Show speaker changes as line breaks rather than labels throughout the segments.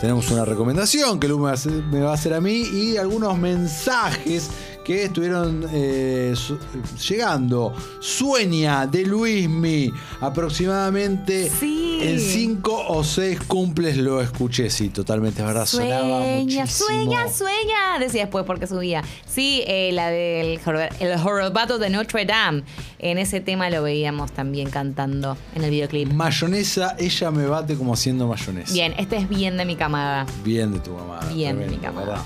tenemos una recomendación que Lu me va a hacer a mí y algunos mensajes que estuvieron llegando. Sueña de Luismi, aproximadamente en 5 o 6 cumples lo escuché. Sí, totalmente, es verdad, sonaba muchísimo.
Sueña, decía después porque subía. Sí, la del el Jorobato de Notre Dame. En ese tema lo veíamos también cantando en el videoclip.
Mayonesa, ella me bate como haciendo mayonesa.
Bien, este es bien de mi camada.
Bien de tu mamá.
Bien de mi camada.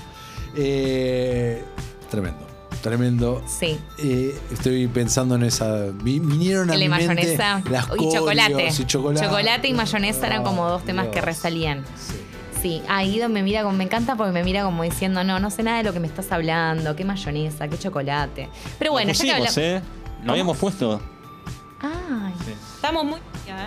Tremendo.
Sí.
Estoy pensando en esa. Vinieron a mi mente
mayonesa
las
y chocolate.
Chocolate
y mayonesa eran como dos temas que resalían. Sí. Guido me mira como, me encanta porque me mira como diciendo, no sé nada de lo que me estás hablando, qué mayonesa, qué chocolate. Pero bueno,
ya que hablamos. Lo habíamos puesto.
Ay.
Sí.
Estamos muy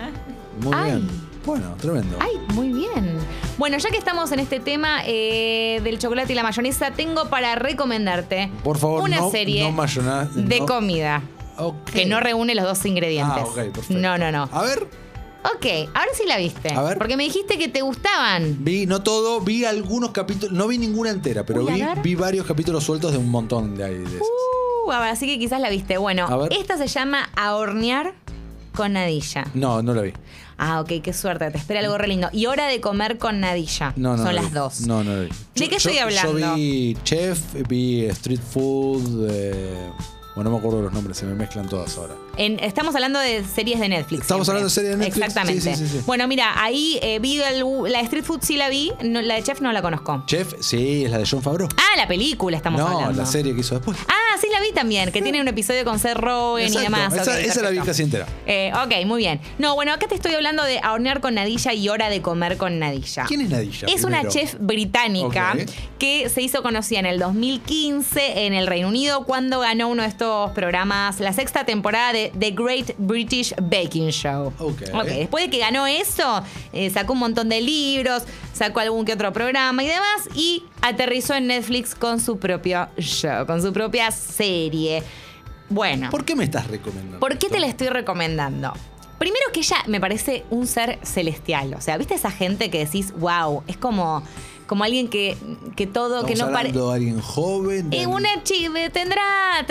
bien. Bueno, tremendo.
Ay, muy bien. Bueno, ya que estamos en este tema del chocolate y la mayonesa, tengo para recomendarte
por favor,
una serie de comida que no reúne los dos ingredientes.
Ok, perfecto.
No.
A ver.
Ok, ahora sí la viste.
A ver.
Porque me dijiste que te gustaban.
No todo, vi algunos capítulos, no vi ninguna entera, pero vi varios capítulos sueltos de un montón de ahí.
Así que quizás la viste. Bueno, esta se llama A hornear con nadilla.
No la vi.
Ah, ok, qué suerte. Te espera algo re lindo. Y Hora de comer con nadilla. Son las dos.
No la vi.
¿De qué estoy hablando?
Yo vi Chef, vi Street Food. Bueno, no me acuerdo los nombres, se me mezclan todas ahora.
Estamos hablando de series de Netflix.
Estamos hablando de series de Netflix.
Exactamente.
Sí.
Bueno, mira, ahí vi la Street Food sí la vi, la de Chef no la conozco.
Chef, sí, es la de Jon Favreau.
Ah, la película estamos hablando.
No, la serie que hizo después.
Ah, sí la vi también, que tiene un episodio con Seth Rogen y demás.
Esa la vi casi entera.
Ok, muy bien. No, bueno, acá te estoy hablando de A hornear con nadilla y Hora de comer con nadilla.
¿Quién es Nadilla?
Es una chef británica que se hizo conocida en el 2015 en el Reino Unido cuando ganó uno de estos programas, la 6ª temporada de The Great British Baking Show. Ok. Después de que ganó eso, sacó un montón de libros, sacó algún que otro programa y demás, y aterrizó en Netflix con su propio show, con su propia serie. Bueno.
¿Por qué me estás recomendando?
¿Por qué te la estoy recomendando? Primero que ella me parece un ser celestial. O sea, ¿viste esa gente que decís, wow, es como alguien que todo, que no parece.
¿Alguien joven?
Una chica tendrá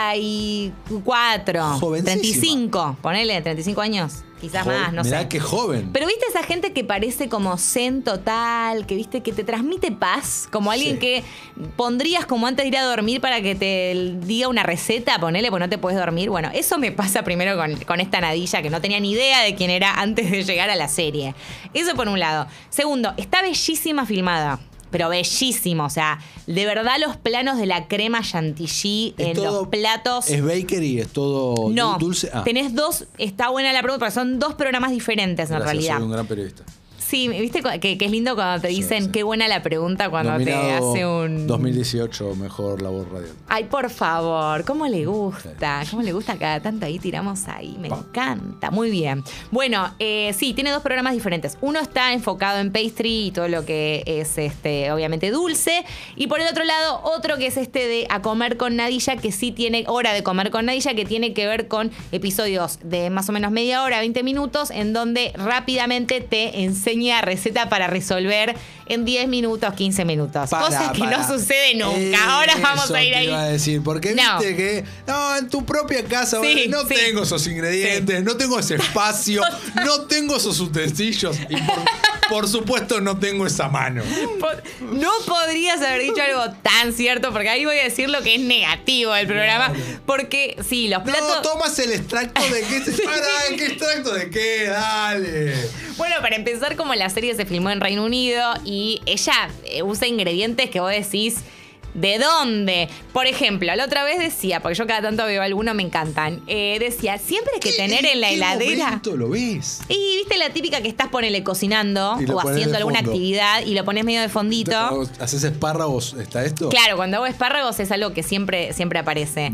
34,
jovencísima.
35, ponele 35 años. Quizás más, no sé.
Mirá qué joven.
Pero viste esa gente que parece como zen total, que viste que te transmite paz, como alguien que pondrías como antes de ir a dormir para que te diga una receta, ponele, porque no te puedes dormir. Bueno, eso me pasa primero con esta Nadilla, que no tenía ni idea de quién era antes de llegar a la serie. Eso por un lado. Segundo, está bellísima filmada. Pero bellísimo, o sea, de verdad los planos de la crema chantilly en los platos.
¿Es bakery? ¿Es todo dulce?
Tenés dos, está buena la pregunta, porque son dos programas diferentes en realidad.
Soy un gran periodista.
Sí, viste que es lindo cuando te dicen qué buena la pregunta cuando nominado te hace un
2018 mejor labor radial.
Ay, por favor, ¿cómo le gusta? ¿Cómo le gusta cada tanto ahí tiramos ahí? Me encanta, muy bien. Bueno, sí, tiene dos programas diferentes. Uno está enfocado en pastry y todo lo que es obviamente dulce, y por el otro lado otro que es de A comer con Nadilla, que sí tiene Hora de comer con Nadilla, que tiene que ver con episodios de más o menos media hora, 20 minutos, en donde rápidamente te enseña receta para resolver en 10 minutos, 15 minutos. Cosas que no sucede nunca. Ahora vamos a ir ahí.
Iba a decir, porque viste que en tu propia casa no tengo esos ingredientes, no tengo ese espacio, no tengo esos utensilios y por supuesto no tengo esa mano.
No podrías haber dicho algo tan cierto, porque ahí voy a decir lo que es negativo del programa, porque sí, los platos...
No, tomas el extracto de qué. ¿Qué extracto de qué? Dale.
Bueno, para empezar, como la serie se filmó en Reino Unido y ella usa ingredientes que vos decís, ¿de dónde? Por ejemplo, la otra vez decía, porque yo cada tanto veo algunos, me encantan, decía, siempre hay que tener en la heladera...
¿Qué lo ves?
Y viste la típica que estás, ponele, cocinando o haciendo alguna actividad y lo pones medio de fondito.
¿Haces espárragos? ¿Está esto?
Claro, cuando hago espárragos es algo que siempre aparece.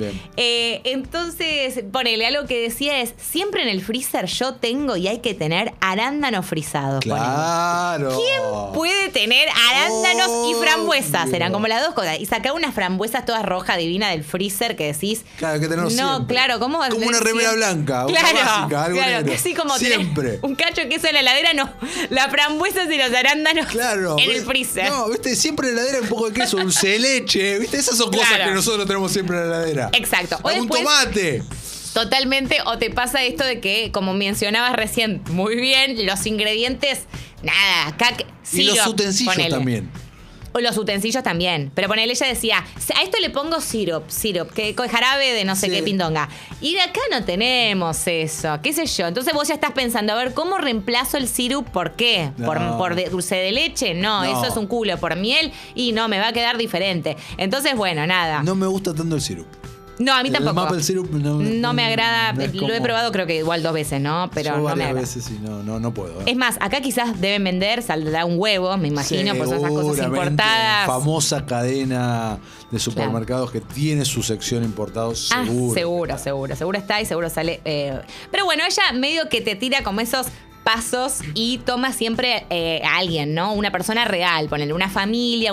Entonces, ponele, algo que decía es, siempre en el freezer yo tengo y hay que tener arándanos frisados.
Claro.
Ponele. ¿Quién puede tener arándanos y frambuesas? Eran como las dos cosas. Y sacá unas frambuesas todas rojas divinas del freezer que decís.
Claro, que tenemos
no,
siempre.
claro, ¿cómo vas a
como
tener
una remera
siempre?
blanca,
Claro,
una básica, algo
claro,
negro.
que así como
siempre.
tenés un cacho de queso en la heladera, no. Las frambuesas y los arándanos
Claro.
en el freezer.
No, viste, siempre en la heladera un poco de queso, dulce de leche, viste, esas son cosas que nosotros tenemos siempre en la heladera.
Exacto. O
Un
después,
tomate.
totalmente, o te pasa esto de que, como mencionabas recién, muy bien, los ingredientes, nada, acá
Y los utensilios también.
O los utensilios también. Pero ponele, ella decía, a esto le pongo sirup, que jarabe de no sé qué pindonga. Y de acá no tenemos eso, qué sé yo. Entonces vos ya estás pensando, a ver, ¿cómo reemplazo el sirup? ¿Por qué?
No.
¿Por dulce de leche? No, eso es un culo. ¿Por miel? Y no, me va a quedar diferente. Entonces, bueno, nada.
No me gusta tanto el sirup.
No, a mí
El
tampoco.
maple syrup
no me agrada.
no es
Lo he
como-
probado creo que igual 2 veces, ¿no? Pero
Yo
no me
varias
agrada.
veces y no puedo.
Es más, acá quizás deben vender, saldrá un huevo, me imagino, por esas cosas
Seguramente,
importadas.
Famosa cadena de supermercados que tiene su sección importados, seguro.
Seguro está y seguro sale. Pero bueno, ella medio que te tira como esos pasos y toma siempre a alguien, ¿no? Una persona real, ponele una familia,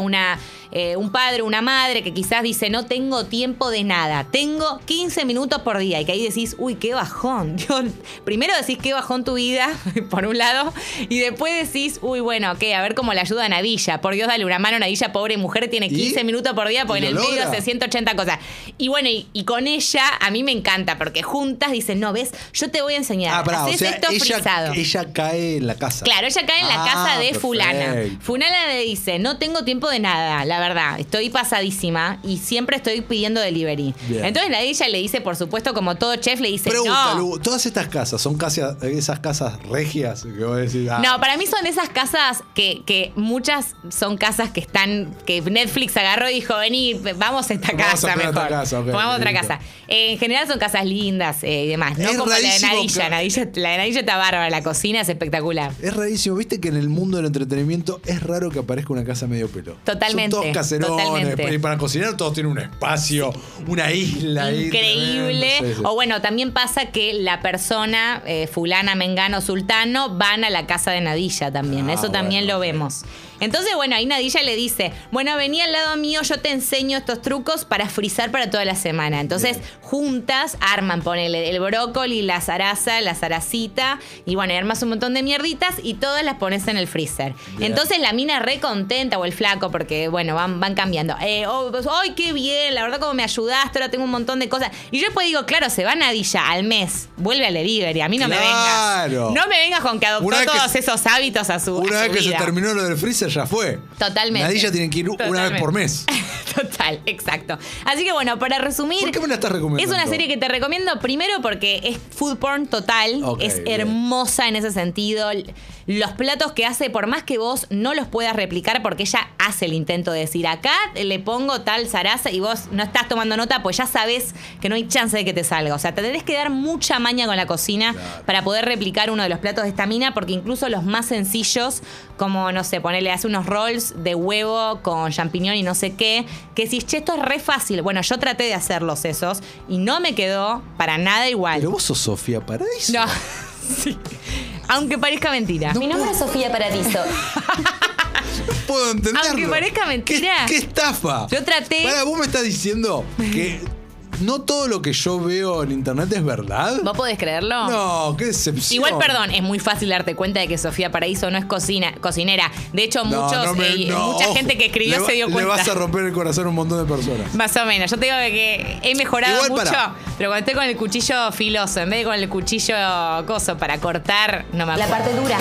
un padre, una madre que quizás dice, no tengo tiempo de nada, tengo 15 minutos por día. Y que ahí decís, uy, qué bajón. Primero decís, qué bajón tu vida, por un lado, y después decís, uy, bueno, ok, a ver cómo le ayuda a Nadilla. Por Dios, dale una mano a Nadilla, pobre mujer, tiene 15 minutos por día, porque en el medio hace 180 cosas. Y bueno, y con ella, a mí me encanta, porque juntas dicen, no, ves, yo te voy a enseñar. Hacés esto frisado.
Ella cae en la casa.
Claro, ella cae en la casa de
perfecto.
fulana. Fulana le dice, no tengo tiempo de nada, la verdad. Estoy pasadísima y siempre estoy pidiendo delivery.
Bien.
Entonces ella le dice, por supuesto, como todo chef, le dice,
Pregunta,
no.
Lu, ¿todas estas casas son esas casas regias que vos decís?
No, para mí son de esas casas que muchas son casas que Netflix agarró y dijo, vení, vamos a esta casa mejor. Pongamos otra casa. En general son casas lindas y demás. No
Es
como la de
rarísimo
Nadilla. La de Nadilla está bárbara, la cocina es espectacular.
Es rarísimo, viste que en el mundo del entretenimiento es raro que aparezca una casa medio pelo.
Totalmente.
Son todos caserones.
Totalmente.
Y para cocinar todos tienen un espacio, una isla
increíble.
Ahí, tremendo.
O bueno, también pasa que la persona, fulana, mengano, sultano, van a la casa de Nadilla también. Eso también lo vemos. Entonces, bueno, ahí Nadilla le dice, bueno, vení al lado mío, yo te enseño estos trucos para frizar para toda la semana. Entonces, juntas arman, ponele el brócoli, la zaraza, la zaracita, y bueno, y armas un montón de mierditas y todas las pones en el freezer.
Bien.
Entonces, la mina re contenta, o el flaco, porque, bueno, van cambiando. ¡Ay, qué bien! La verdad, como me ayudaste, ahora tengo un montón de cosas. Y yo después digo, claro, se va Nadilla al mes, vuelve al delivery, a mí no me vengas. No me vengas con que adoptó todos esos hábitos a su
Una vez que
vida.
se terminó lo del freezer, ya fue.
Totalmente.
Nadilla tienen que ir una vez por mes.
Total, exacto. Así que bueno, para resumir.
¿Por qué me la estás recomendando?
Es una serie que te recomiendo primero porque es food porn total. Es hermosa en ese sentido. Los platos que hace, por más que vos no los puedas replicar, porque ella hace el intento de decir, acá le pongo tal zaraza y vos no estás tomando nota, pues ya sabes que no hay chance de que te salga. O sea, te tenés que dar mucha maña con la cocina para poder replicar uno de los platos de esta mina, porque incluso los más sencillos, como, no sé, ponerle, hace unos rolls de huevo con champiñón y no sé qué, que si, che, esto es re fácil. Bueno, yo traté de hacerlos esos y no me quedó para nada igual.
Pero vos sos Sofía Paradiso.
No, sí. Aunque parezca mentira.
Mi nombre es Sofía Paradiso.
No puedo entenderlo.
Aunque parezca mentira.
¿Qué estafa?
Yo traté.
Para, vos me estás diciendo que no todo lo que yo veo en internet es verdad.
¿Vos podés creerlo?
No, qué decepción.
Igual, perdón, es muy fácil darte cuenta de que Sofía Paradiso no es cocinera. De hecho, mucha gente que escribió se dio cuenta.
Le vas a romper el corazón a un montón de personas.
Más o menos. Yo te digo que he mejorado
Igual,
mucho, pero cuando estoy con el cuchillo filoso, en vez de con el cuchillo coso para cortar, no me acuerdo.
La parte dura.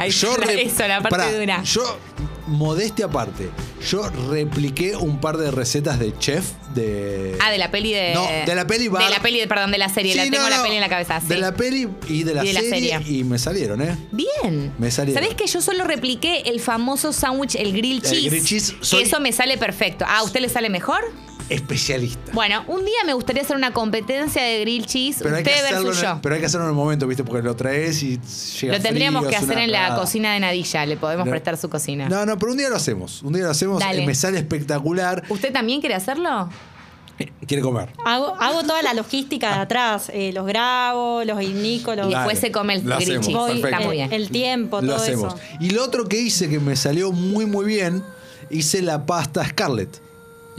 La parte dura.
Yo, modestia aparte, yo repliqué un par de recetas de chef de...
De la peli de...
No, de la peli bar.
De la peli, perdón, de la serie.
Sí,
la tengo la peli en la cabeza. Sí.
De la peli y de la serie. Y me salieron, ¿eh?
Bien.
Me salieron.
¿Sabés que yo solo repliqué el famoso sándwich, el grilled cheese?
El grilled cheese.
Que eso me sale perfecto. ¿A usted le sale mejor?
Especialista.
Bueno, un día me gustaría hacer una competencia de grilled cheese,
Pero
usted versus yo.
Pero hay que hacerlo en el momento, ¿viste? Porque lo traes y llega
Lo tendríamos
frío,
que
es
hacer
una
en la
cagada.
cocina de Nadilla. Le podemos prestar su cocina.
No, pero un día lo hacemos. Un día lo hacemos.
Dale.
Me sale espectacular.
¿Usted también quiere hacerlo?
Quiere comer.
Hago toda la logística de atrás. Los grabo, los indico, los...
Y después se come el
Lo
grilled
hacemos,
cheese.
voy,
Está muy bien.
el tiempo,
Lo
todo
hacemos.
eso.
Y lo otro que hice que me salió muy, muy bien, hice la pasta Scarlett.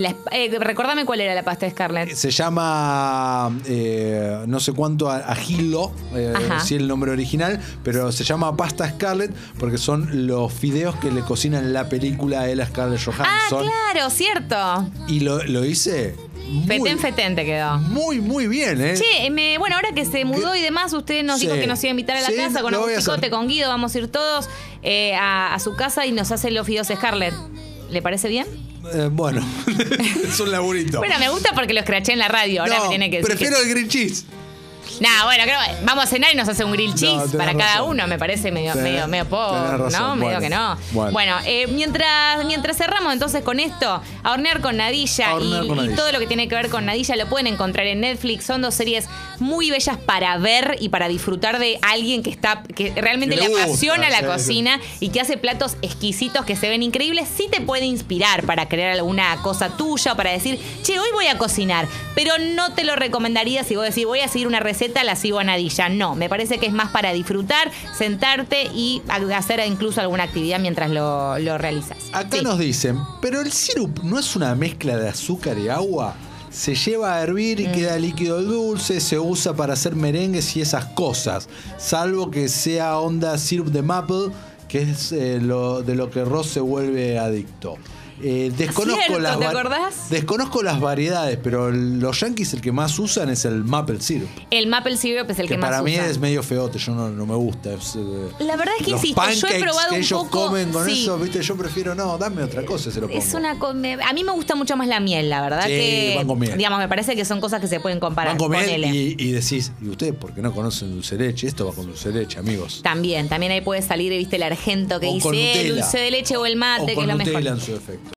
Recordame cuál era la pasta de Scarlett.
Se llama no sé cuánto agilo, si es el nombre original, pero se llama pasta Scarlett porque son los fideos que le cocinan en la película a él a Scarlett Johansson.
Claro, cierto.
Y lo hice
Fetén te quedó.
Muy bien, ¿eh?
Che, bueno, ahora que se mudó y demás, usted nos dijo que nos iba a invitar a la casa con Agustín, con Guido, vamos a ir todos a su casa y nos hace los fideos Scarlett. ¿Le parece bien?
Bueno, es un laburito.
Bueno, me gusta porque lo escraché en la radio. Ahora me tiene que decir.
Prefiero el green cheese.
Bueno, creo que vamos a cenar y nos hace un grill cheese para cada uno. Me parece medio poco, ¿no? Medio que no. Bueno, mientras cerramos entonces con esto, A Hornear con Nadilla y todo lo que tiene que ver con Nadilla lo pueden encontrar en Netflix. Son 2 series muy bellas para ver y para disfrutar de alguien que realmente le apasiona la cocina y que hace platos exquisitos que se ven increíbles. Sí te puede inspirar para crear alguna cosa tuya o para decir, che, hoy voy a cocinar, pero no te lo recomendaría si vos decís, voy a seguir una receta, la sigo a Nadilla. No, me parece que es más para disfrutar, sentarte y hacer incluso alguna actividad mientras lo realizas.
Acá nos dicen, pero el sirup no es una mezcla de azúcar y agua. Se lleva a hervir y queda líquido dulce, se usa para hacer merengues y esas cosas, salvo que sea onda sirup de maple, que es de lo que Ross se vuelve adicto. Desconozco las variedades, pero los yankees el que más usan es el maple syrup.
El maple syrup es el que más usan.
Para mí es medio feote, yo no me gusta.
La verdad es que insisto, yo he probado
que
un
ellos
poco,
comen con eso, ¿viste? Yo prefiero dame otra cosa, se lo pongo.
A mí me gusta mucho más la miel, la verdad que digamos, me parece que son cosas que se pueden comparar.
Van con miel y decís, ¿y ustedes por qué no conocen dulce de leche? Esto va con dulce de leche, amigos.
También ahí puede salir, ¿viste? El argento que dice el dulce de leche o el mate, que es lo mejor.
En su efecto.